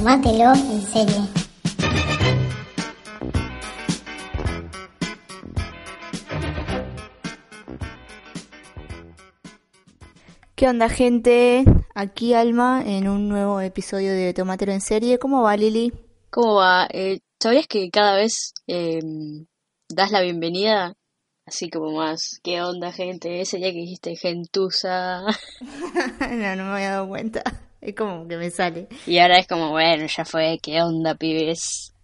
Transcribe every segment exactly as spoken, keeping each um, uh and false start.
Tómatelo en serio. ¿Qué onda, gente? Aquí Alma en un nuevo episodio de Tómatelo en serie. ¿Cómo va, Lili? ¿Cómo va? Eh, ¿sabías que cada vez eh, das la bienvenida así como más? ¿Qué onda, gente? Ese día que dijiste gentuza. No, no me había dado cuenta. Es como que me sale. Y ahora es como, bueno, ya fue, ¿qué onda, pibes?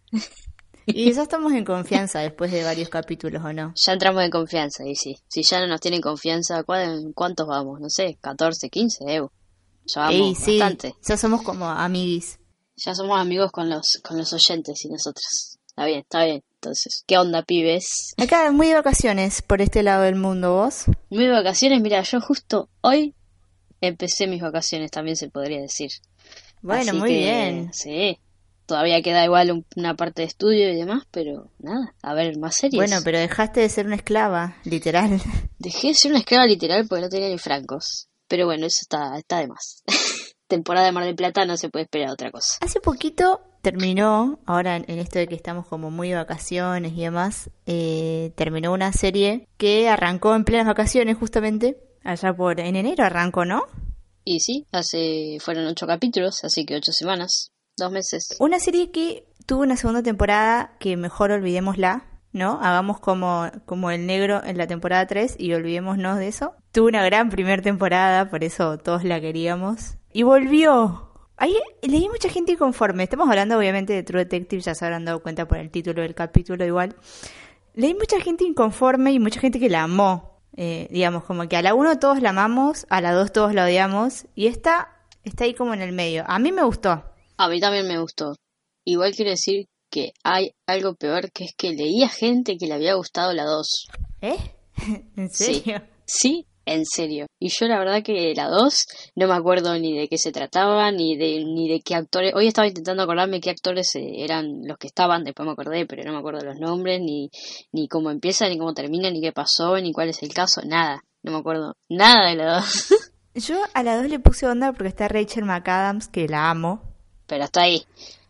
Y ya estamos en confianza después de varios capítulos, ¿o no? Ya entramos en confianza, y sí. Si ya no nos tienen confianza, ¿cuál- ¿cuántos vamos? No sé, catorce, quince, Evo. Ya Ey, vamos sí, bastante. ya somos como amiguis. Ya somos amigos con los, con los oyentes y nosotros. Está bien, está bien. Entonces, ¿qué onda, pibes? Acá muy de vacaciones por este lado del mundo, ¿vos? Mis vacaciones, mira, yo justo hoy empecé mis vacaciones, también se podría decir. Bueno, Así muy que, bien. sí, todavía queda igual un- una parte de estudio y demás, pero nada, a ver, más Bueno, series. pero dejaste de ser una esclava, literal. Dejé de ser una esclava literal porque no tenía ni francos. Pero bueno, eso está, está de más. Temporada de Mar del Plata, no se puede esperar otra cosa. Hace poquito terminó, ahora en en esto de que estamos como muy de vacaciones y demás, eh, terminó una serie que arrancó en plenas vacaciones justamente, allá por, en enero arrancó, ¿no? Y sí, hace, fueron ocho capítulos, así que ocho semanas, dos meses. Una serie que tuvo una segunda temporada que mejor olvidémosla, ¿no? Hagamos como, como el negro en la temporada tres y olvidémonos de eso. Tuvo una gran primera temporada, por eso todos la queríamos. Y volvió. Ahí leí mucha gente inconforme. Estamos hablando obviamente de True Detective, ya se habrán dado cuenta por el título del capítulo igual. Leí mucha gente inconforme y mucha gente que la amó. Eh, digamos, como que a la uno todos la amamos, a la dos todos la odiamos. Y esta está ahí como en el medio. A mí me gustó. A mí también me gustó. Igual quiero decir que hay algo peor, que es que leía gente que le había gustado la dos. ¿Eh? ¿En Sí, serio? sí, en serio. Y yo la verdad que la dos no me acuerdo ni de qué se trataba, ni de ni de qué actores. Hoy estaba intentando acordarme qué actores eh, eran los que estaban, después me acordé, pero no me acuerdo los nombres, ni, ni cómo empieza, ni cómo termina, ni qué pasó, ni cuál es el caso, nada. No me acuerdo nada de la dos. Yo a la dos le puse onda porque está Rachel McAdams, que la amo, Pero hasta ahí.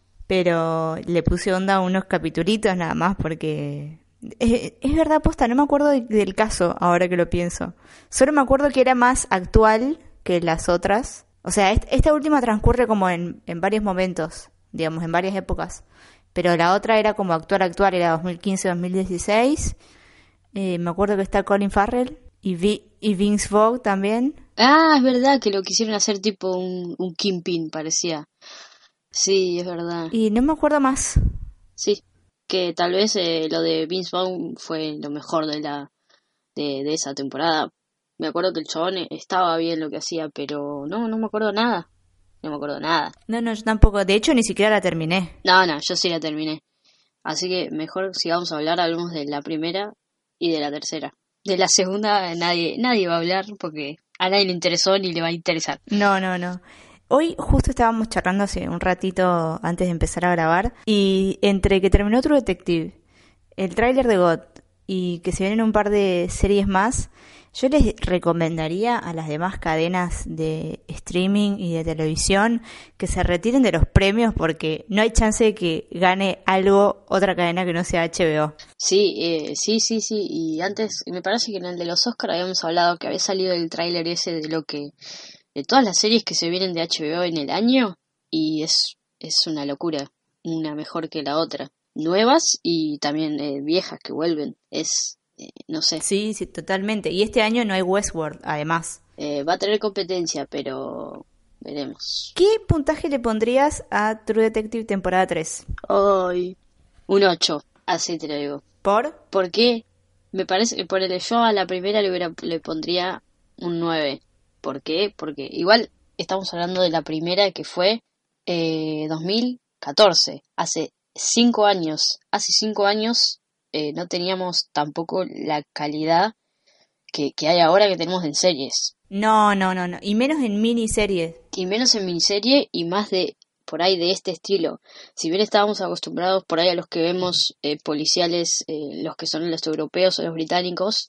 pero le puse onda a unos capitulitos nada más porque... Es, es verdad, posta, no me acuerdo de- del caso ahora que lo pienso. Solo me acuerdo que era más actual que las otras. O sea, est- esta última transcurre como en, en varios momentos, digamos, en varias épocas. Pero la otra era como actual, actual, era dos mil quince, dos mil dieciséis. Eh, me acuerdo que está Colin Farrell y, Vi- y Vince Vaughn también. Ah, es verdad que lo quisieron hacer tipo un, un Kingpin, parecía. Sí, es verdad. Y no me acuerdo más. Sí, que tal vez eh, lo de Vince Vaughn fue lo mejor de la de, de esa temporada. Me acuerdo que el chabón eh, estaba bien lo que hacía, pero no, no me acuerdo nada. No me acuerdo nada. No, no, yo tampoco. De hecho, ni siquiera la terminé. No, no, yo sí la terminé. Así que mejor si vamos a hablar, hablemos de la primera y de la tercera. De la segunda nadie, nadie va a hablar porque a nadie le interesó ni le va a interesar. No, no, no. Hoy justo estábamos charlando hace un ratito antes de empezar a grabar y entre que terminó True Detective, el tráiler de God y que se vienen un par de series más, yo les recomendaría a las demás cadenas de streaming y de televisión que se retiren de los premios porque no hay chance de que gane algo otra cadena que no sea H B O. Sí, eh, sí, sí, sí. Y antes, me parece que en el de los Oscar habíamos hablado que había salido el tráiler ese de lo que de todas las series que se vienen de H B O en el año y es, es una locura, una mejor que la otra. Nuevas y también eh, viejas que vuelven. Es, eh, no sé, Sí, sí, totalmente. Y este año no hay Westworld, además. eh, va a tener competencia, pero veremos. ¿Qué puntaje le pondrías a True Detective temporada tres? Ay, un ocho, así te lo digo. ¿Por? ¿Por qué? Me parece que por el yo a la primera le, hubiera, le pondría un nueve. ¿Por qué? Porque igual estamos hablando de la primera que fue eh, dos mil catorce, hace cinco años. Hace cinco años eh, no teníamos tampoco la calidad que, que hay ahora que tenemos en series. No, no, no, no. Y menos en miniseries. Y menos en miniserie y más de por ahí de este estilo. Si bien estábamos acostumbrados por ahí a los que vemos eh, policiales, eh, los que son los europeos o los británicos,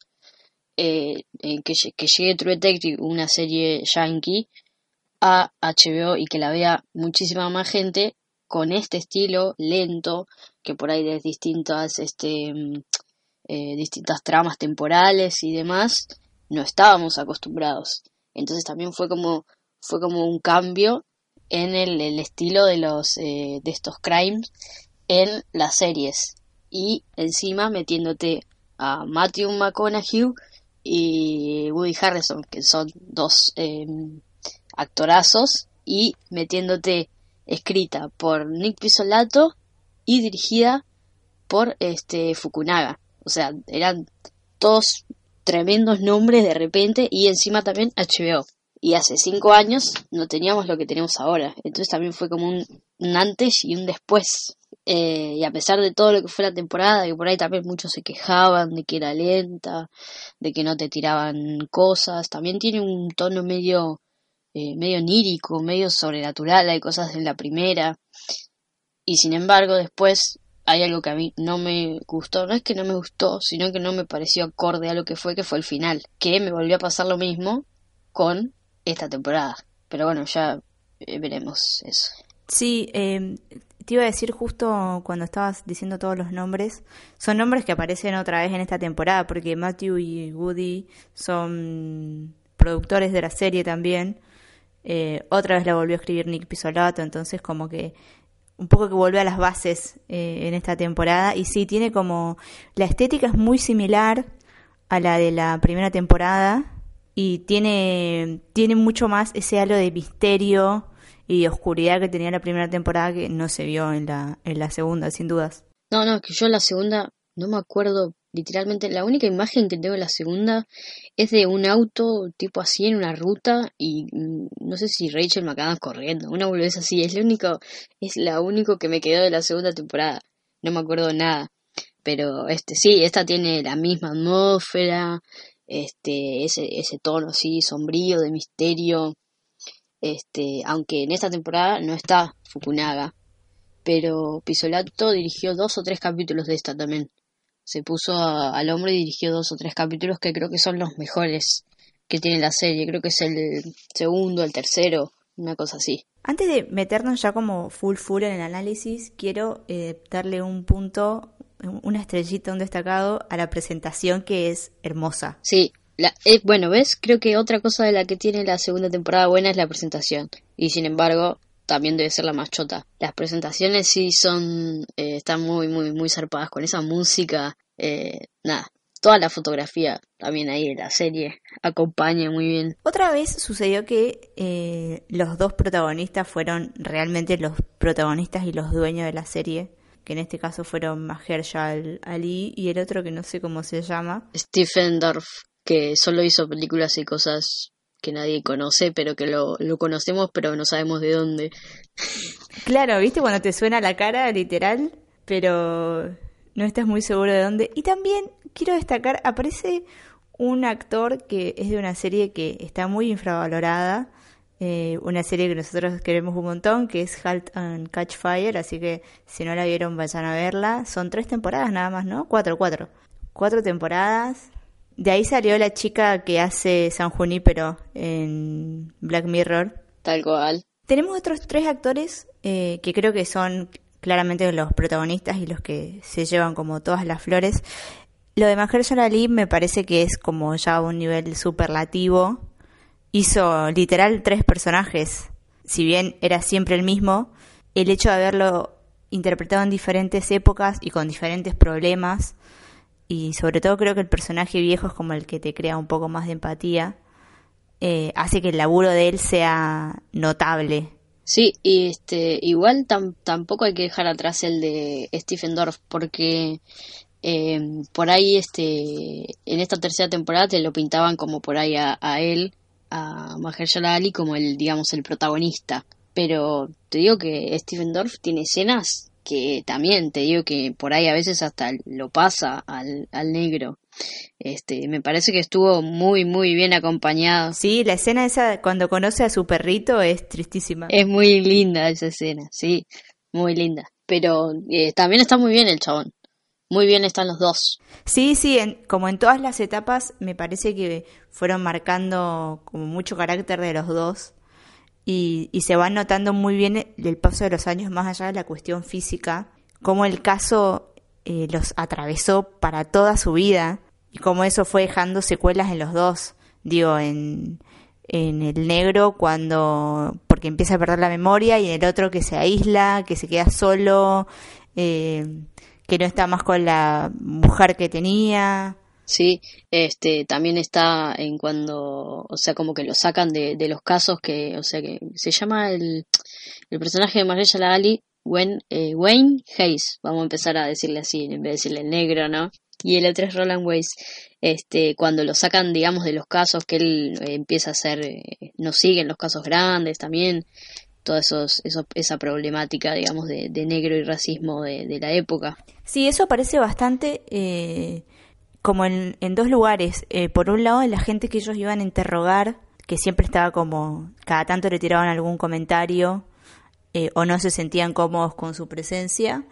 eh, en que, lle- que llegue True Detective, una serie yankee, a H B O y que la vea muchísima más gente, con este estilo lento, que por ahí de distintas, este, eh, distintas tramas temporales y demás, no estábamos acostumbrados. Entonces también fue como, fue como un cambio en el, el estilo de los, eh, de estos crimes en las series. Y encima metiéndote a Matthew McConaughey y Woody Harrelson, que son dos eh, actorazos, y metiéndote escrita por Nick Pizzolatto y dirigida por este Fukunaga. O sea, eran todos tremendos nombres de repente, y encima también H B O. Y hace cinco años no teníamos lo que tenemos ahora. Entonces también fue como un, un antes y un después. Eh, y a pesar de todo lo que fue la temporada, que por ahí también muchos se quejaban de que era lenta, de que no te tiraban cosas, también tiene un tono medio, eh, medio onírico, medio sobrenatural, hay cosas en la primera. Y sin embargo después hay algo que a mí no me gustó, no es que no me gustó, sino que no me pareció acorde a lo que fue, que fue el final. Que me volvió a pasar lo mismo con esta temporada. Pero bueno, ya eh, veremos eso. Sí, eh, te iba a decir justo cuando estabas diciendo todos los nombres, son nombres que aparecen otra vez en esta temporada, porque Matthew y Woody son productores de la serie también. Eh, otra vez la volvió a escribir Nick Pizzolatto, entonces como que un poco que vuelve a las bases eh, en esta temporada. Y sí, tiene como, la estética es muy similar a la de la primera temporada, y tiene, tiene mucho más ese halo de misterio y de oscuridad que tenía la primera temporada, que no se vio en la, en la segunda, sin dudas. No, no, es que yo la segunda no me acuerdo, literalmente, la única imagen que tengo de la segunda es de un auto tipo así en una ruta, y mm, no sé si Rachel McAdams corriendo, una boludez así, es lo único, es la único que me quedó de la segunda temporada, no me acuerdo nada. Pero este sí, esta tiene la misma atmósfera, este, ese, ese tono así sombrío de misterio, este, aunque en esta temporada no está Fukunaga, pero Pizzolatto dirigió dos o tres capítulos de esta también. Se puso a, al hombro y dirigió dos o tres capítulos que creo que son los mejores que tiene la serie. Creo que es el segundo, el tercero, una cosa así. Antes de meternos ya como full full en el análisis, quiero eh, darle un punto, una estrellita, un destacado a la presentación, que es hermosa. Sí, la, eh, bueno, ¿ves? Creo que otra cosa de la que tiene la segunda temporada buena es la presentación. Y sin embargo, también debe ser la más chota. Las presentaciones sí son, eh, están muy, muy, muy zarpadas con esa música. Eh, nada, toda la fotografía también ahí de la serie acompaña muy bien. Otra vez sucedió que eh, los dos protagonistas fueron realmente los protagonistas y los dueños de la serie, que en este caso fueron Mahershala Ali y el otro que no sé cómo se llama. Stephen Dorff, que solo hizo películas y cosas que nadie conoce, pero que lo, lo conocemos, pero no sabemos de dónde. Claro, ¿viste? Cuando te suena la cara, literal, pero no estás muy seguro de dónde. Y también quiero destacar, aparece un actor que es de una serie que está muy infravalorada, eh, una serie que nosotros queremos un montón, que es Halt and Catch Fire, así que si no la vieron vayan a verla. Son tres temporadas nada más, ¿no? Cuatro, cuatro. Cuatro temporadas. De ahí salió la chica que hace San Junípero en Black Mirror. Tal cual. Tenemos otros tres actores eh, que creo que son claramente los protagonistas y los que se llevan como todas las flores. Lo de Mahershala Ali me parece que es como ya un nivel superlativo. Hizo literal tres personajes. Si bien era siempre el mismo, el hecho de haberlo interpretado en diferentes épocas y con diferentes problemas, y sobre todo creo que el personaje viejo es como el que te crea un poco más de empatía, eh, hace que el laburo de él sea notable. Sí, y este igual tam, tampoco hay que dejar atrás el de Stephen Dorff, porque eh, por ahí este en esta tercera temporada te lo pintaban como por ahí a, a él, a Mahershala Ali, como el, digamos, el protagonista. Pero te digo que Stephen Dorff tiene escenas que también te digo que por ahí a veces hasta lo pasa al, al negro. Este, me parece que estuvo muy, muy bien acompañado. Sí, la escena esa cuando conoce a su perrito es tristísima. Es muy linda esa escena, sí, muy linda. Pero eh, también está muy bien el chabón. Muy bien están los dos. Sí, sí, en, como en todas las etapas me parece que fueron marcando como mucho carácter de los dos. y, y se va notando muy bien el paso de los años más allá de la cuestión física, cómo el caso eh, los atravesó para toda su vida y cómo eso fue dejando secuelas en los dos. Digo, en, en el negro cuando, porque empieza a perder la memoria, y en el otro que se aísla, que se queda solo, eh, que no está más con la mujer que tenía. Sí, este, también está en cuando, o sea, como que lo sacan de, de los casos que, o sea, que se llama el, el personaje de Mahershala Ali, Wayne, eh, Wayne Hayes, vamos a empezar a decirle así, en vez de decirle el negro, ¿no? Y el otro es Roland Weiss. Este, cuando lo sacan, digamos, de los casos que él eh, empieza a hacer, eh, no siguen los casos grandes también, toda esos, eso, esa problemática, digamos, de, de negro y racismo de, de la época. Sí, eso aparece bastante eh, como en, en dos lugares. Eh, por un lado, la gente que ellos iban a interrogar, que siempre estaba como, cada tanto le tiraban algún comentario eh, o no se sentían cómodos con su presencia.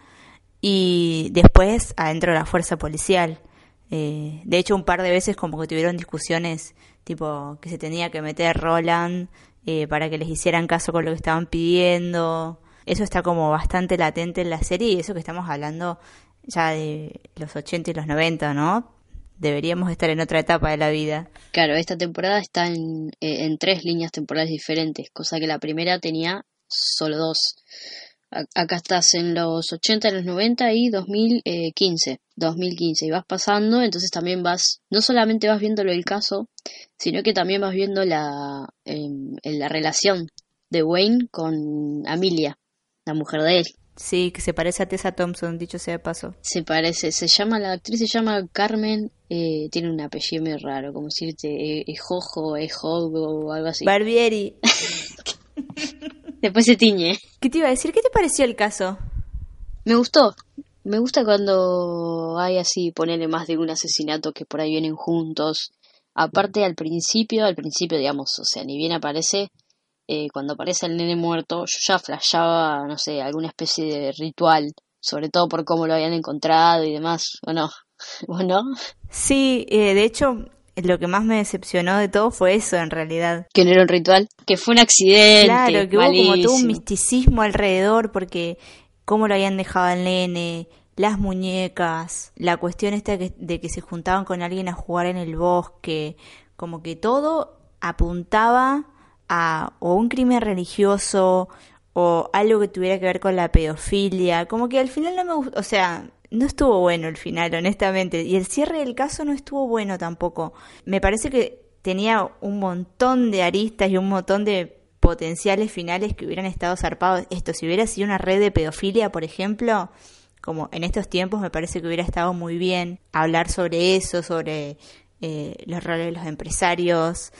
Y después adentro de la fuerza policial. Eh, de hecho, un par de veces como que tuvieron discusiones, tipo que se tenía que meter Roland eh, para que les hicieran caso con lo que estaban pidiendo. Eso está como bastante latente en la serie, y eso que estamos hablando ya de los ochenta y los noventa, ¿no? Deberíamos estar en otra etapa de la vida. Claro, esta temporada está en, eh, en tres líneas temporales diferentes, cosa que la primera tenía solo dos. Acá estás en los ochenta, en los noventa y dos mil quince, dos mil quince, y vas pasando, entonces también vas, no solamente vas viendo lo del caso, sino que también vas viendo la, eh, la relación de Wayne con Amelia, la mujer de él. Sí, que se parece a Tessa Thompson, dicho sea de paso. Se parece, se llama, la actriz se llama Carmen, eh, tiene un apellido muy raro, como decirte, Ejojo, Ejogo o algo así. Barbieri. Después se tiñe. ¿Qué te iba a decir? ¿Qué te pareció el caso? Me gustó. Me gusta cuando hay así, ponerle más de un asesinato que por ahí vienen juntos. Aparte, al principio, al principio, digamos, o sea, ni bien aparece, eh, cuando aparece el nene muerto, yo ya flashaba, no sé, alguna especie de ritual, sobre todo por cómo lo habían encontrado y demás, ¿o no? ¿O no? Sí, eh, de hecho, lo que más me decepcionó de todo fue eso, en realidad. Que no era un ritual, que fue un accidente. Claro, que malísimo. hubo como todo un misticismo alrededor, porque cómo lo habían dejado al nene, las muñecas, la cuestión esta de que, de que se juntaban con alguien a jugar en el bosque, como que todo apuntaba a o un crimen religioso o algo que tuviera que ver con la pedofilia, como que al final no me gustó, o sea, no estuvo bueno el final, honestamente, y el cierre del caso no estuvo bueno tampoco. Me parece que tenía un montón de aristas y un montón de potenciales finales que hubieran estado zarpados. Esto, si hubiera sido una red de pedofilia, por ejemplo, como en estos tiempos, me parece que hubiera estado muy bien hablar sobre eso, sobre eh, los roles de los empresarios,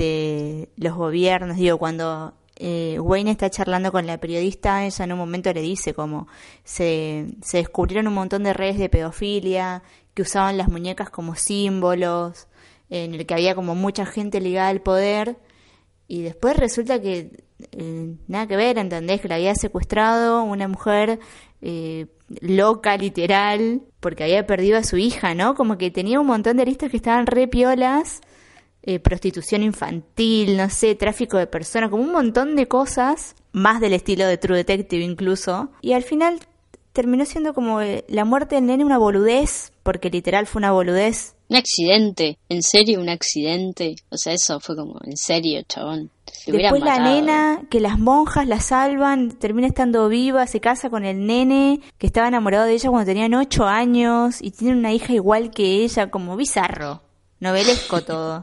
de los gobiernos. Digo, cuando eh, Wayne está charlando con la periodista, ella en un momento le dice como se, se descubrieron un montón de redes de pedofilia que usaban las muñecas como símbolos, en el que había como mucha gente ligada al poder, y después resulta que eh, nada que ver, ¿entendés? Que la había secuestrado una mujer eh, loca, literal, porque había perdido a su hija, ¿no? Como que tenía un montón de aristas que estaban re piolas, eh, prostitución infantil, no sé, tráfico de personas, como un montón de cosas, más del estilo de True Detective incluso, y al final terminó siendo como eh, la muerte del nene una boludez, porque literal fue una boludez. Un accidente, en serio, un accidente. O sea, eso fue como, en serio, chabón. Te Después la matado. nena, que las monjas la salvan, termina estando viva, se casa con el nene, que estaba enamorado de ella cuando tenían ocho años, y tiene una hija igual que ella, como bizarro, novelesco todo.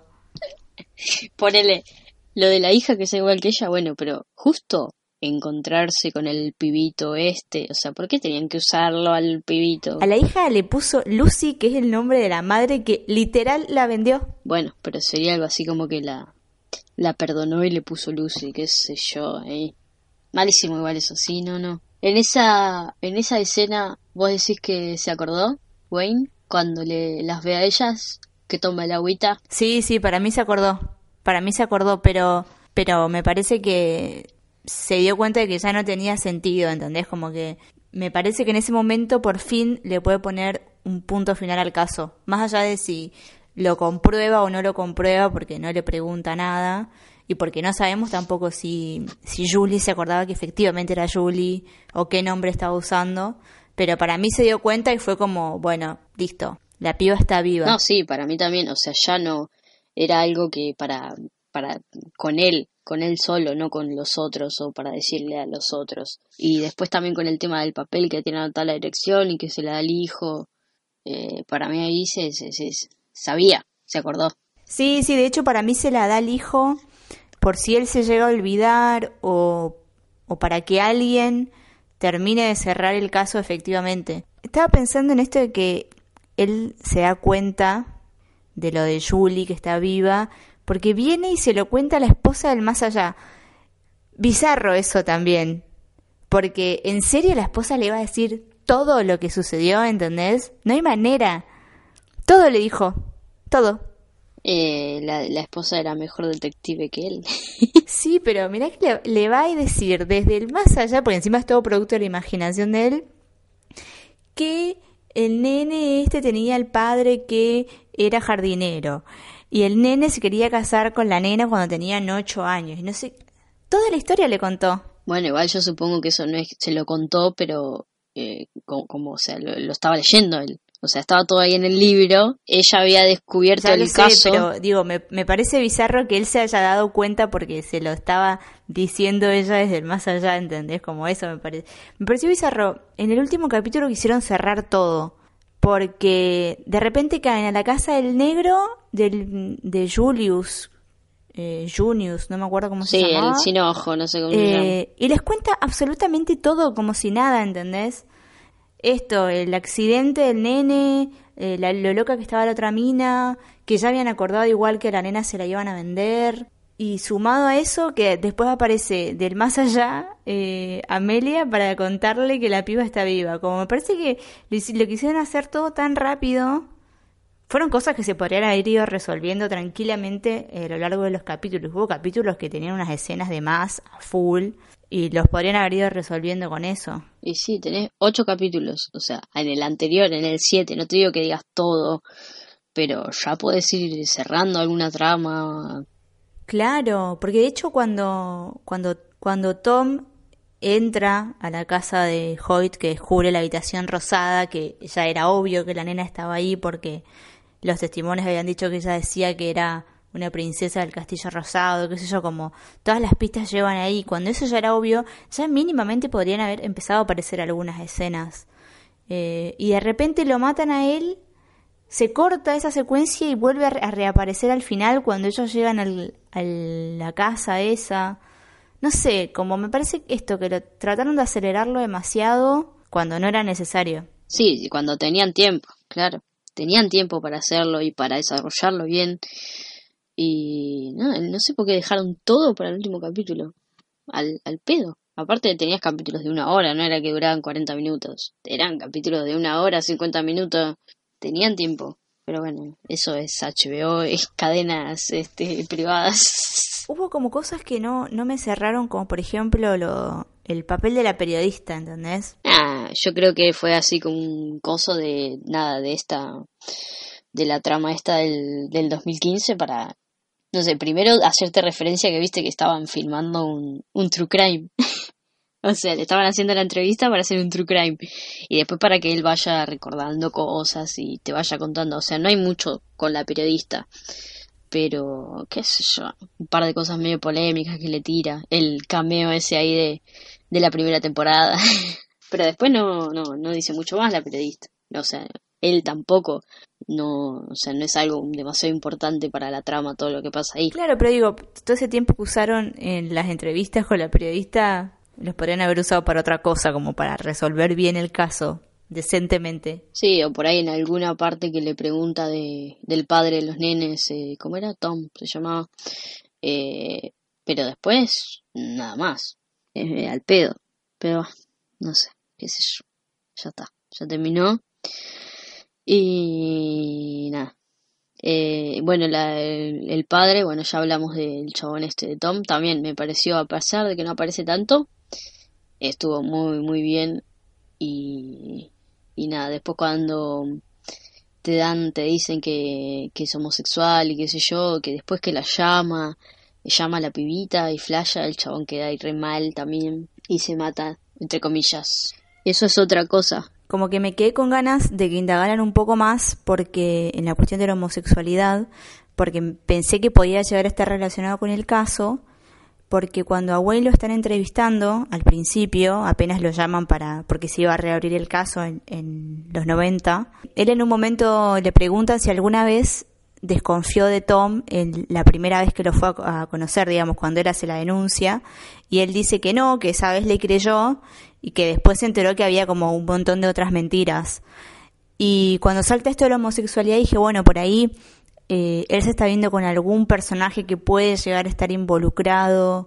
Ponele, lo de la hija que es igual que ella, bueno, pero justo encontrarse con el pibito este, o sea, ¿por qué tenían que usarlo al pibito? A la hija le puso Lucy, que es el nombre de la madre que literal la vendió. Bueno, pero sería algo así como que la, la perdonó y le puso Lucy, qué sé yo, eh. Malísimo igual eso, sí, no, no. En esa, en esa escena, vos decís que se acordó, Wayne, cuando le las ve a ellas, que toma el agüita. Sí, sí, para mí se acordó, para mí se acordó, pero, pero me parece que se dio cuenta de que ya no tenía sentido, ¿entendés? Como que me parece que en ese momento por fin le puede poner un punto final al caso, más allá de si lo comprueba o no lo comprueba, porque no le pregunta nada, y porque no sabemos tampoco si, si Julie se acordaba que efectivamente era Julie o qué nombre estaba usando, pero para mí se dio cuenta y fue como, bueno, listo, la piba está viva. No, sí, para mí también, o sea, ya no era algo que para, para, con él, con él solo, no con los otros o para decirle a los otros. Y después también con el tema del papel que tiene anotada la dirección y que se le da al hijo, eh, para mí ahí se, se, se sabía, se acordó. Sí, sí, de hecho para mí se la da al hijo por si él se llega a olvidar o, o para que alguien termine de cerrar el caso efectivamente. Estaba pensando en esto de que él se da cuenta de lo de Julie, que está viva, porque viene y se lo cuenta a la esposa del más allá. Bizarro eso también, porque en serio la esposa le iba a decir todo lo que sucedió, ¿entendés? No hay manera. Todo le dijo, todo. Eh, la, la esposa era mejor detective que él. Sí, pero mirá que le, le va a decir desde el más allá, porque encima es todo producto de la imaginación de él, que el nene este tenía el padre que era jardinero y el nene se quería casar con la nena cuando tenían ocho años y no sé, toda la historia le contó. Bueno, igual yo supongo que eso no es, se lo contó, pero eh, como, como, o sea, lo, lo estaba leyendo él. O sea, estaba todo ahí en el libro, ella había descubierto Ya el lo sé, caso. pero digo, me, me parece bizarro que él se haya dado cuenta porque se lo estaba diciendo ella desde el más allá, ¿entendés? Como eso me parece. Me pareció bizarro. En el último capítulo quisieron cerrar todo, porque de repente caen a la casa del negro del, de Julius, eh, Junius, no me acuerdo cómo Sí, se llamaba. el sin ojo, no sé cómo se llama. Eh, y les cuenta absolutamente todo como si nada, ¿entendés? Esto, el accidente del nene, eh, la, lo loca que estaba la otra mina, que ya habían acordado igual que a la nena se la iban a vender. Y sumado a eso, que después aparece del más allá eh, Amelia para contarle que la piba está viva. Como me parece que lo, hici- lo quisieron hacer todo tan rápido, fueron cosas que se podrían haber ido resolviendo tranquilamente eh, a lo largo de los capítulos. Hubo capítulos que tenían unas escenas de más a full y los podrían haber ido resolviendo con eso. Y sí, tenés ocho capítulos, o sea, en el anterior, en el siete, no te digo que digas todo, pero ya podés ir cerrando alguna trama. Claro, porque de hecho cuando, cuando, cuando Tom entra a la casa de Hoyt, que descubre la habitación rosada, que ya era obvio que la nena estaba ahí porque los testimonios habían dicho que ella decía que era una princesa del castillo rosado, qué sé yo, como todas las pistas llevan ahí. Cuando eso ya era obvio, ya mínimamente podrían haber empezado a aparecer algunas escenas. Eh, y de repente lo matan a él, se corta esa secuencia y vuelve a, re- a reaparecer al final cuando ellos llegan al, a la casa esa. No sé, como me parece esto, que lo trataron de acelerarlo demasiado cuando no era necesario. Sí, cuando tenían tiempo, claro, tenían tiempo para hacerlo y para desarrollarlo bien. Y no, no sé por qué dejaron todo para el último capítulo, al, al pedo. Aparte tenías capítulos de una hora, no era que duraban cuarenta minutos. Eran capítulos de una hora, cincuenta minutos. Tenían tiempo. Pero bueno, eso es H B O, es cadenas este, privadas. Hubo como cosas que no, no me cerraron, como por ejemplo lo, el papel de la periodista, ¿entendés? Ah, yo creo que fue así como un coso de nada, de esta, de la trama esta del, del dos mil quince para, no sé, primero hacerte referencia que viste que estaban filmando un, un true crime. O sea, le estaban haciendo la entrevista para hacer un true crime. Y después para que él vaya recordando cosas y te vaya contando. O sea, no hay mucho con la periodista. Pero, qué sé yo, un par de cosas medio polémicas que le tira. El cameo ese ahí de, de la primera temporada. Pero después no, no, no dice mucho más la periodista. O sea, él tampoco. No, o sea, no es algo demasiado importante para la trama todo lo que pasa ahí. Claro, pero digo, todo ese tiempo que usaron en las entrevistas con la periodista, los podrían haber usado para otra cosa, como para resolver bien el caso, decentemente. Sí, o por ahí en alguna parte que le pregunta de, del padre de los nenes, eh, ¿cómo era? Tom se llamaba. Eh, pero después, nada más. Eh, al pedo. Pero, ah, no sé, qué sé yo. Ya está, ya terminó. Y nada. Eh, bueno, la, el, el padre, bueno, ya hablamos del chabón este de Tom. También me pareció, a pesar de que no aparece tanto, estuvo muy, muy bien. Y, y nada, después cuando te dan, te dicen que, que es homosexual y qué sé yo, que después que la llama llama a la pibita y flasha, el chabón queda ahí re mal también y se mata, entre comillas. Eso es otra cosa. Como que me quedé con ganas de que indagaran un poco más porque en la cuestión de la homosexualidad, porque pensé que podía llegar a estar relacionado con el caso, porque cuando a Wayne lo están entrevistando, al principio, apenas lo llaman para porque se iba a reabrir el caso en, en los noventa, él en un momento le pregunta si alguna vez desconfió de Tom en la primera vez que lo fue a, a conocer, digamos, cuando él hace la denuncia, y él dice que no, que esa vez le creyó y que después se enteró que había como un montón de otras mentiras. Y cuando salta esto de la homosexualidad dije, bueno, por ahí eh, él se está viendo con algún personaje que puede llegar a estar involucrado,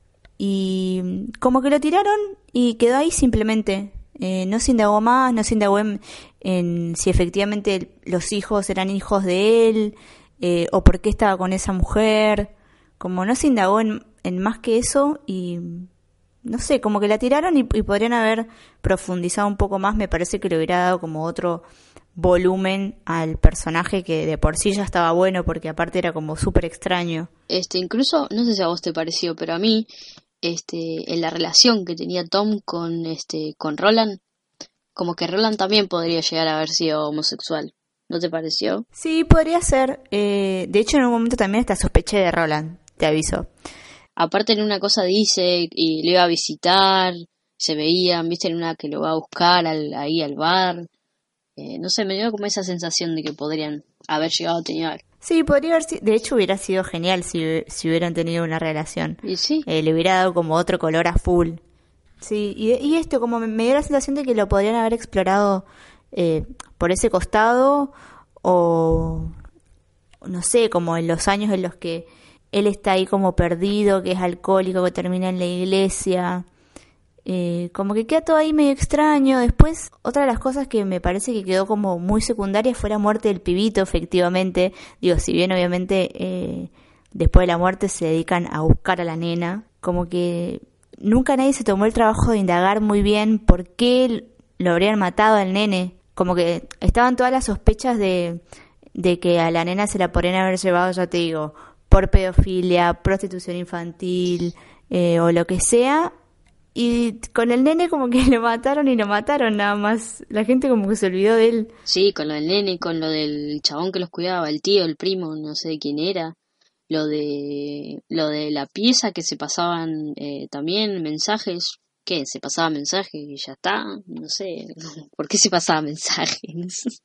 y como que lo tiraron y quedó ahí simplemente. Eh, no se indagó más, no se indagó en, en si efectivamente los hijos eran hijos de él, eh, o por qué estaba con esa mujer. Como no se indagó en, en más que eso, y no sé, como que la tiraron y, y podrían haber profundizado un poco más. Me parece que le hubiera dado como otro volumen al personaje, que de por sí ya estaba bueno, porque aparte era como súper extraño. Este, incluso, no sé si a vos te pareció, pero a mí, este, en la relación que tenía Tom con, este, con Roland, como que Roland también podría llegar a haber sido homosexual. ¿No te pareció? Sí, podría ser. Eh, de hecho, en un momento también hasta sospeché de Roland, te aviso. Aparte en una cosa dice, y lo iba a visitar, se veían, viste, en una que lo va a buscar al, ahí al bar. Eh, no sé, me dio como esa sensación de que podrían haber llegado a tener. Sí, podría haber sido. De hecho, hubiera sido genial si, si hubieran tenido una relación. ¿Y sí? Eh, le hubiera dado como otro color azul. Sí, y, y esto, como me, me dio la sensación de que lo podrían haber explorado eh, por ese costado, o no sé, como en los años en los que él está ahí como perdido, que es alcohólico, que termina en la iglesia. Eh, como que queda todo ahí medio extraño. Después, otra de las cosas que me parece que quedó como muy secundaria fue la muerte del pibito, efectivamente. Digo, si bien obviamente eh, después de la muerte se dedican a buscar a la nena, como que nunca nadie se tomó el trabajo de indagar muy bien por qué lo habrían matado al nene. Como que estaban todas las sospechas de, de que a la nena se la podrían haber llevado, ya te digo, por pedofilia, prostitución infantil, eh, o lo que sea. Y con el nene como que lo mataron y lo mataron nada más. La gente como que se olvidó de él. Sí, con lo del nene, con lo del chabón que los cuidaba, el tío, el primo, no sé quién era. Lo de lo de la pieza que se pasaban eh, también mensajes. ¿Qué? ¿Se pasaba mensajes y ya está? No sé. ¿Por qué se pasaba mensajes?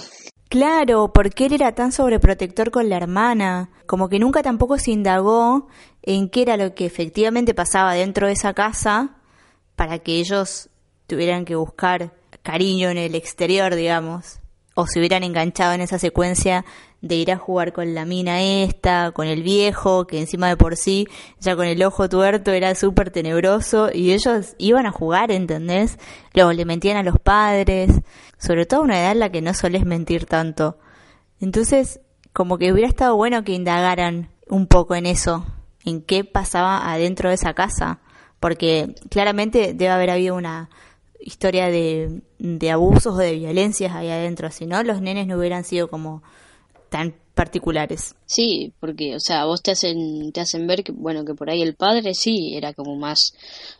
Claro, porque él era tan sobreprotector con la hermana. Como que nunca tampoco se indagó en qué era lo que efectivamente pasaba dentro de esa casa para que ellos tuvieran que buscar cariño en el exterior, digamos. O se hubieran enganchado en esa secuencia de ir a jugar con la mina esta, con el viejo, que encima de por sí, ya con el ojo tuerto, era súper tenebroso, y ellos iban a jugar, ¿entendés? Luego le mentían a los padres, sobre todo a una edad en la que no solés mentir tanto. Entonces, como que hubiera estado bueno que indagaran un poco en eso, en qué pasaba adentro de esa casa, porque claramente debe haber habido una historia de, de abusos o de violencias ahí adentro, si no, los nenes no hubieran sido como tan particulares. Sí, porque, o sea, vos te hacen te hacen ver que, bueno, que por ahí el padre sí era como más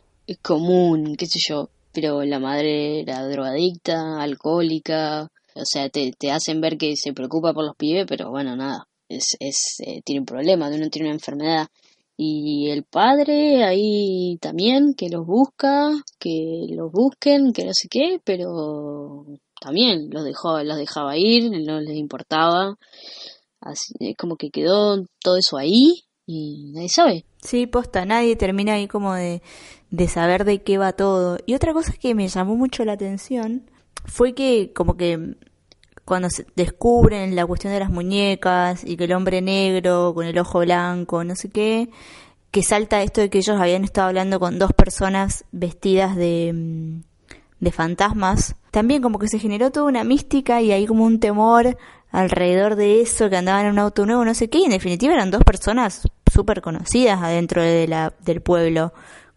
común, qué sé yo, pero la madre era drogadicta, alcohólica, o sea, te, te hacen ver que se preocupa por los pibes, pero bueno, nada, es, es eh, tiene un problema, uno tiene una enfermedad. Y el padre ahí también, que los busca, que los busquen, que no sé qué, pero también los dejó, los dejaba ir, no les importaba. Así, es como que quedó todo eso ahí y nadie sabe. Sí, posta, nadie termina ahí como de, de saber de qué va todo. Y otra cosa que me llamó mucho la atención fue que como que cuando se descubren la cuestión de las muñecas y que el hombre negro con el ojo blanco, no sé qué, que salta esto de que ellos habían estado hablando con dos personas vestidas de, de fantasmas, también como que se generó toda una mística y hay como un temor alrededor de eso, que andaban en un auto nuevo, no sé qué, y en definitiva eran dos personas súper conocidas adentro de la, del pueblo.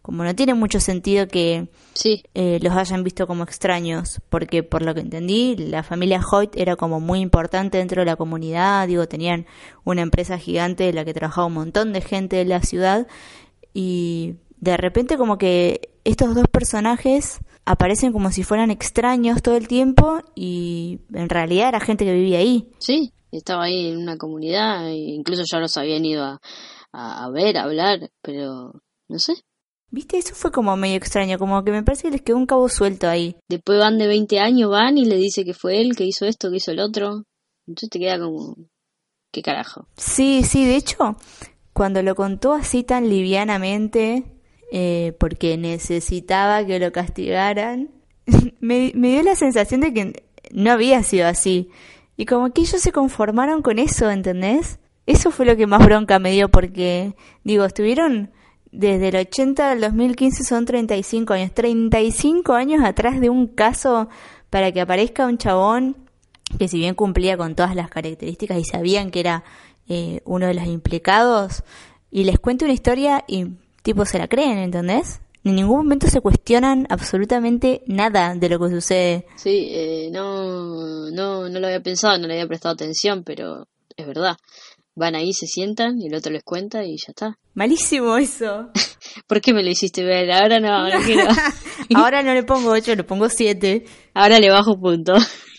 como no tiene mucho sentido que Sí, eh, los hayan visto como extraños, porque por lo que entendí, la familia Hoyt era como muy importante dentro de la comunidad, digo, tenían una empresa gigante en la que trabajaba un montón de gente de la ciudad, y de repente como que estos dos personajes aparecen como si fueran extraños todo el tiempo, y en realidad era gente que vivía ahí. sí, estaba ahí en una comunidad, e incluso ya los habían ido a, a, a ver, a hablar, pero no sé. ¿Viste? Eso fue como medio extraño, como que me parece que les quedó un cabo suelto ahí. Después van de veinte años, van y le dice que fue él, que hizo esto, que hizo el otro. Entonces te queda como, ¿qué carajo? Sí, sí, de hecho, cuando lo contó así tan livianamente, eh, porque necesitaba que lo castigaran, me, me dio la sensación de que no había sido así. Y como que ellos se conformaron con eso, ¿entendés? Eso fue lo que más bronca me dio, porque, digo, estuvieron desde el ochenta al dos mil quince, son treinta y cinco años. treinta y cinco años atrás de un caso para que aparezca un chabón que, si bien cumplía con todas las características y sabían que era eh, uno de los implicados, y les cuente una historia y tipo se la creen, ¿entendés? En ningún momento se cuestionan absolutamente nada de lo que sucede. Sí, eh, no, no, no lo había pensado, no le había prestado atención, pero es verdad. Van ahí, se sientan y el otro les cuenta y ya está. Malísimo eso. ¿Por qué me lo hiciste ver? Ahora no, no quiero. Ahora no le pongo ocho, le pongo siete. Ahora le bajo punto.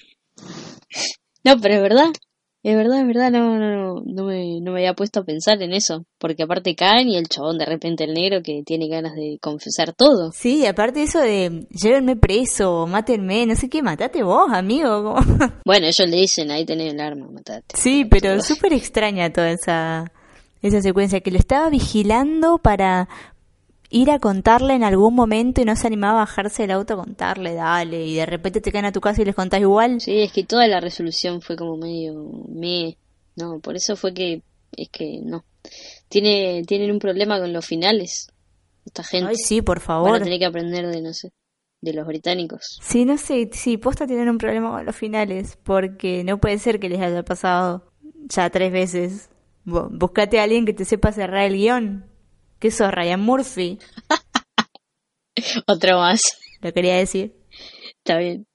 No, pero es verdad. Es verdad, es verdad, no, no, no, no me, no me había puesto a pensar en eso. Porque aparte caen y el chabón, de repente el negro, que tiene ganas de confesar todo. Sí, aparte eso de llévenme preso, mátenme, no sé qué, matate vos, amigo. como- Bueno, ellos le dicen, ahí tenés el arma, matate. Sí, pero súper extraña toda esa, esa secuencia, que lo estaba vigilando para ir a contarle en algún momento y no se animaba a bajarse del auto a contarle, dale, y de repente te caen a tu casa y les contás igual. Sí, es que toda la resolución fue como medio me, no, por eso fue que es que no. Tiene tienen un problema con los finales. Esta gente Ay, sí, por van a favor. tener que aprender de no sé, de los británicos. Sí, no sé, sí, posta tienen un problema con los finales, porque no puede ser que les haya pasado ya tres veces. Bu- Buscate a alguien que te sepa cerrar el guión. ¿Qué sos, Ryan Murphy? Otro más, Lo quería decir. está bien.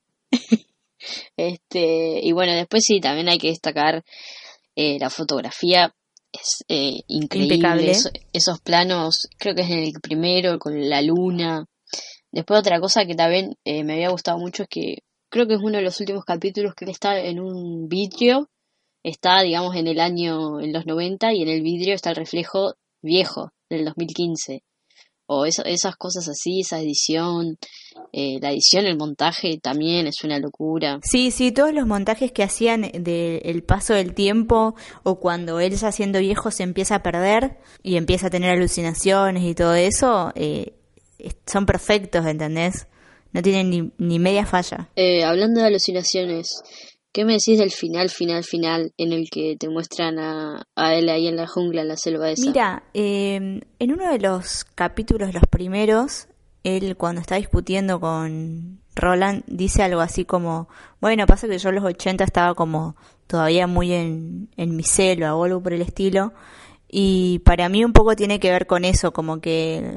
Este, y bueno, después sí, también hay que destacar eh, la fotografía es eh, increíble. Impecable. Eso- esos planos, creo que es en el primero con la luna. Después otra cosa que también eh, me había gustado mucho es que creo que es uno de los últimos capítulos que él está en un vidrio, está digamos en el año, en los noventa, y en el vidrio está el reflejo viejo del dos mil quince. O eso, esas cosas así, esa edición, eh, la edición, el montaje también es una locura. Sí, sí, todos los montajes que hacían del paso del tiempo o cuando él ya siendo viejo se empieza a perder y empieza a tener alucinaciones y todo eso, eh, es- son perfectos, ¿entendés? No tienen ni, ni media falla. Eh, hablando de alucinaciones, ¿qué me decís del final, final, final en el que te muestran a, a él ahí en la jungla, en la selva esa? Mira, eh, en uno de los capítulos, los primeros, él cuando está discutiendo con Roland dice algo así como, bueno, pasa que yo en los ochenta estaba como todavía muy en, en mi selva o algo por el estilo, y para mí un poco tiene que ver con eso, como que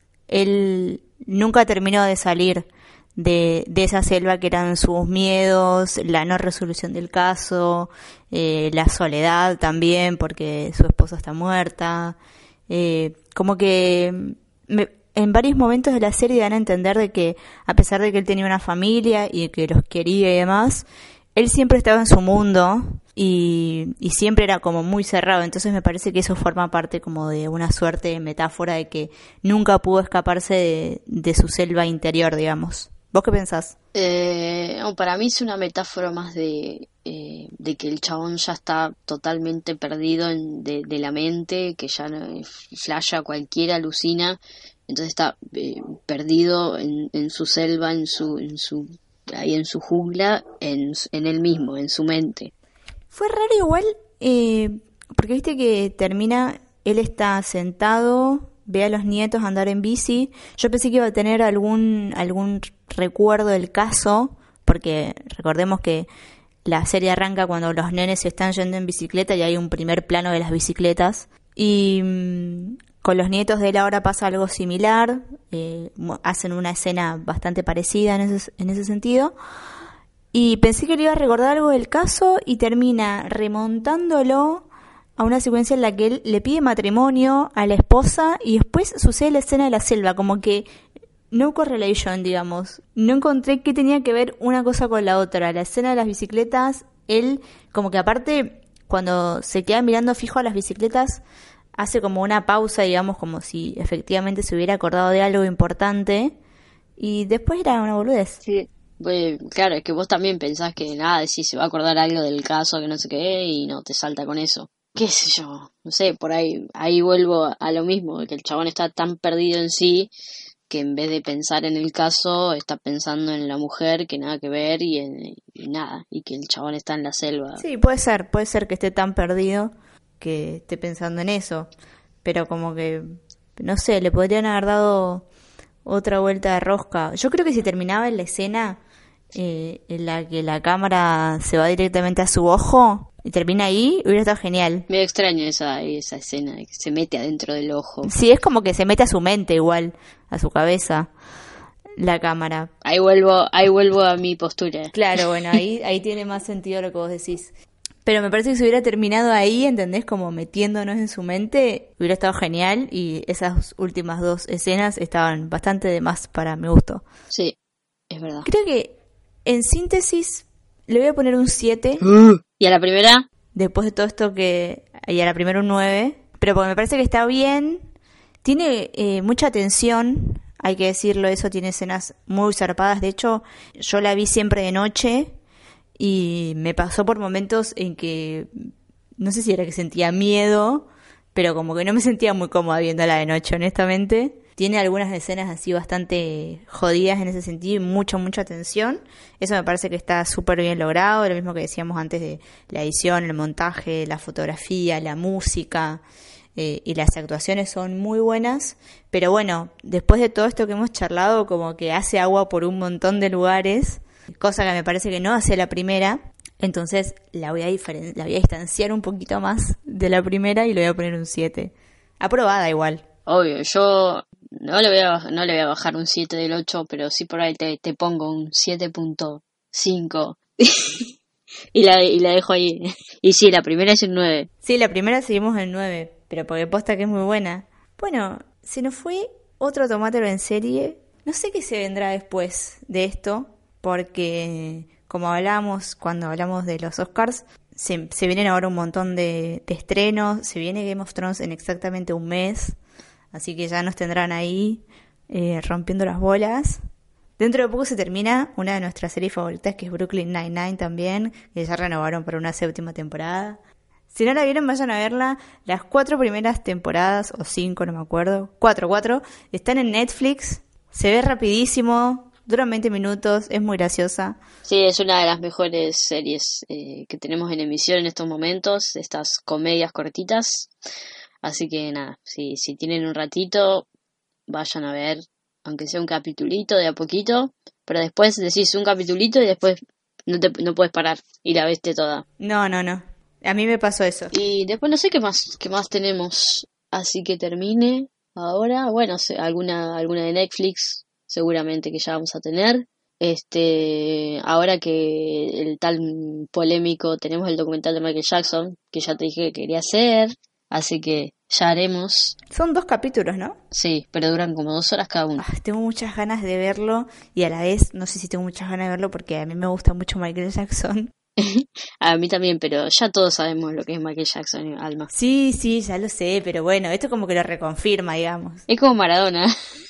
él nunca terminó de salir de, de esa selva que eran sus miedos, la no resolución del caso, eh, la soledad también porque su esposa está muerta, eh, como que me- en varios momentos de la serie dan a entender de que a pesar de que él tenía una familia y que los quería y demás, él siempre estaba en su mundo y, y siempre era como muy cerrado, entonces me parece que eso forma parte como de una suerte de metáfora de que nunca pudo escaparse de, de su selva interior, digamos. ¿Vos qué pensás? Eh, no, para mí es una metáfora más de, eh, de que el chabón ya está totalmente perdido en- de, de la mente, que ya no flasha cualquiera, alucina, entonces está eh, perdido en, en su selva, en su, en su, ahí en su jungla, en, s- en él mismo, en su mente. Fue raro igual, eh, porque viste que termina, él está sentado, ve a los nietos andar en bici. Yo pensé que iba a tener algún, algún recuerdo del caso, porque recordemos que la serie arranca cuando los nenes se están yendo en bicicleta y hay un primer plano de las bicicletas. Y mm, Con los nietos de él ahora pasa algo similar, eh, hacen una escena bastante parecida en ese, en ese sentido. Y pensé que le iba a recordar algo del caso y termina remontándolo a una secuencia en la que él le pide matrimonio a la esposa y después sucede la escena de la selva, como que no correlation, digamos. No encontré qué tenía que ver una cosa con la otra. La escena de las bicicletas, él como que aparte cuando se queda mirando fijo a las bicicletas hace como una pausa, digamos, como si efectivamente se hubiera acordado de algo importante y después era una boludez. Sí, pues, claro, es que vos también pensás que nada, si se va a acordar algo del caso, que no sé qué, y no te salta con eso. Qué sé yo, no sé, por ahí ahí vuelvo a lo mismo, que el chabón está tan perdido en sí que en vez de pensar en el caso está pensando en la mujer que nada que ver y en y nada, y que el chabón está en la selva. Sí, puede ser, puede ser que esté tan perdido que esté pensando en eso, pero como que, no sé, le podrían haber dado otra vuelta de rosca. Yo creo que si terminaba en la escena eh, en la que la cámara se va directamente a su ojo y termina ahí, hubiera estado genial. Medio extraño esa, esa escena, que se mete adentro del ojo. Sí, es como que se mete a su mente igual, a su cabeza, la cámara. Ahí vuelvo, ahí vuelvo a mi postura. Claro, bueno, ahí, ahí tiene más sentido lo que vos decís. Pero me parece que si hubiera terminado ahí, ¿entendés? Como metiéndonos en su mente, hubiera estado genial y esas últimas dos escenas estaban bastante de más para mi gusto. Sí, es verdad. Creo que, en síntesis, le voy a poner un siete. ¿Y a la primera? Después de todo esto que... Y a la primera un nueve. Pero porque me parece que está bien. Tiene eh, mucha tensión, hay que decirlo, eso tiene escenas muy zarpadas. De hecho, yo la vi siempre de noche y me pasó por momentos en que, no sé si era que sentía miedo, pero como que no me sentía muy cómoda viéndola de noche, honestamente. Tiene algunas escenas así bastante jodidas en ese sentido y mucha, mucha tensión. Eso me parece que está súper bien logrado, lo mismo que decíamos antes de la edición, el montaje, la fotografía, la música, eh, y las actuaciones son muy buenas. Pero bueno, después de todo esto que hemos charlado, como que hace agua por un montón de lugares, cosa que me parece que no hace la primera. Entonces la voy a diferen- la voy a distanciar un poquito más de la primera y le voy a poner un siete. Aprobada igual. Obvio, yo no le voy a, baj- no le voy a bajar un siete del ocho, pero sí por ahí te, te pongo un siete punto cinco y la, y la dejo ahí. Y sí, la primera es un nueve. Sí, la primera seguimos en nueve, pero porque posta que es muy buena. Bueno, se nos fue otro Tomátelo en serie. No sé qué se vendrá después de esto, porque como hablamos cuando hablamos de los Oscars, se, se vienen ahora un montón de, de estrenos. Se viene Game of Thrones en exactamente un mes, así que ya nos tendrán ahí eh, rompiendo las bolas. Dentro de poco se termina una de nuestras series favoritas, que es Brooklyn Nine-Nine también, que ya renovaron para una séptima temporada. Si no la vieron, vayan a verla. Las cuatro primeras temporadas, o cinco, no me acuerdo, cuatro, cuatro, están en Netflix. Se ve rapidísimo, duran veinte minutos, es muy graciosa. Sí, es una de las mejores series eh, que tenemos en emisión en estos momentos, estas comedias cortitas. Así que nada, si, si tienen un ratito, vayan a ver, aunque sea un capitulito de a poquito, pero después decís un capitulito y después no te no puedes parar y la viste toda. No, no, no. A mí me pasó eso. Y después no sé qué más qué más tenemos, así que termine ahora. Bueno, se- alguna alguna de Netflix seguramente que ya vamos a tener. Este, ahora que el tan polémico tenemos el documental de Michael Jackson, que ya te dije que quería hacer, así que ya haremos. Son dos capítulos, ¿no? Sí, pero duran como dos horas cada uno. Ah, tengo muchas ganas de verlo y a la vez no sé si tengo muchas ganas de verlo porque a mí me gusta mucho Michael Jackson. A mí también, pero ya todos sabemos lo que es Michael Jackson, Alma. Sí, sí, ya lo sé, pero bueno, esto como que lo reconfirma, digamos. Es como Maradona.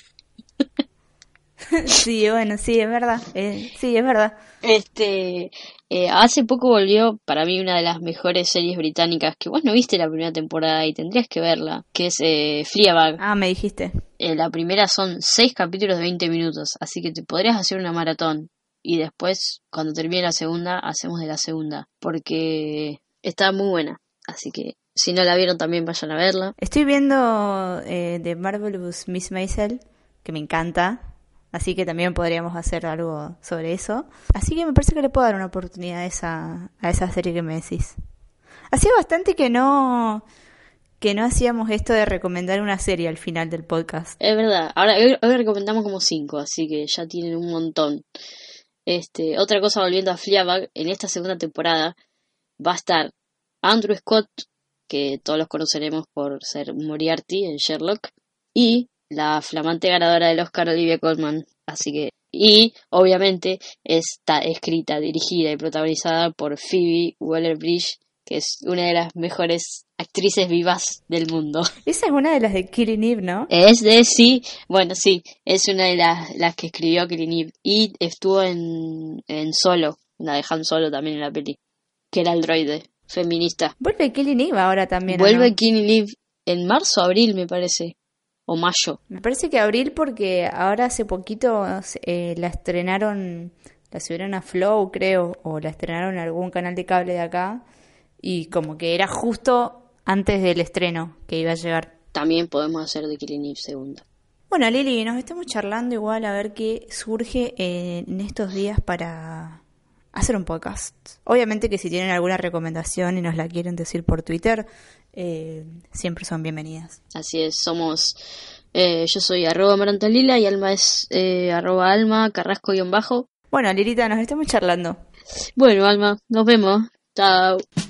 Sí, bueno, sí, es verdad. Eh, sí, es verdad. Este, eh, hace poco volvió para mí una de las mejores series británicas que vos no viste la primera temporada y tendrías que verla, que es eh, Fleabag. Ah, me dijiste. Eh, la primera son seis capítulos de veinte minutos, así que te podrías hacer una maratón. Y después, cuando termine la segunda, hacemos de la segunda, porque está muy buena. Así que, si no la vieron, también vayan a verla. Estoy viendo eh, The Marvelous Miss Maisel, que me encanta. Así que también podríamos hacer algo sobre eso. Así que me parece que le puedo dar una oportunidad a esa, a esa serie que me decís. Hacía bastante que no que no hacíamos esto de recomendar una serie al final del podcast. Es verdad. Ahora hoy, hoy recomendamos como cinco, así que ya tienen un montón. Este, otra cosa, volviendo a Fleabag, en esta segunda temporada va a estar Andrew Scott, que todos los conoceremos por ser Moriarty en Sherlock, y la flamante ganadora del Oscar, Olivia Colman. Así que, y obviamente está escrita, dirigida y protagonizada por Phoebe Waller-Bridge, que es una de las mejores actrices vivas del mundo. Esa es una de las de Killing Eve, ¿no? Es de, sí, bueno, sí, es una de las, las que escribió Killing Eve. Y estuvo en, en Solo, la de Han Solo también en la peli, que era el droide, feminista. Vuelve Killing Eve ahora también, Vuelve ¿no? Killing Eve en marzo, abril, me parece, o mayo. Me parece que abril, porque ahora hace poquito eh, la estrenaron, la subieron a Flow, creo, o la estrenaron en algún canal de cable de acá, y como que era justo antes del estreno que iba a llegar. También podemos hacer de Killing Eve segunda. Bueno, Lili, nos estamos charlando igual a ver qué surge en estos días para hacer un podcast. Obviamente que si tienen alguna recomendación y nos la quieren decir por Twitter, eh, siempre son bienvenidas. Así es, somos, eh, yo soy arroba Amarantalila y Alma es eh, arroba Alma Carrasco guión bajo. Bueno, Lilita, nos estamos charlando. Bueno, Alma, nos vemos. Chao.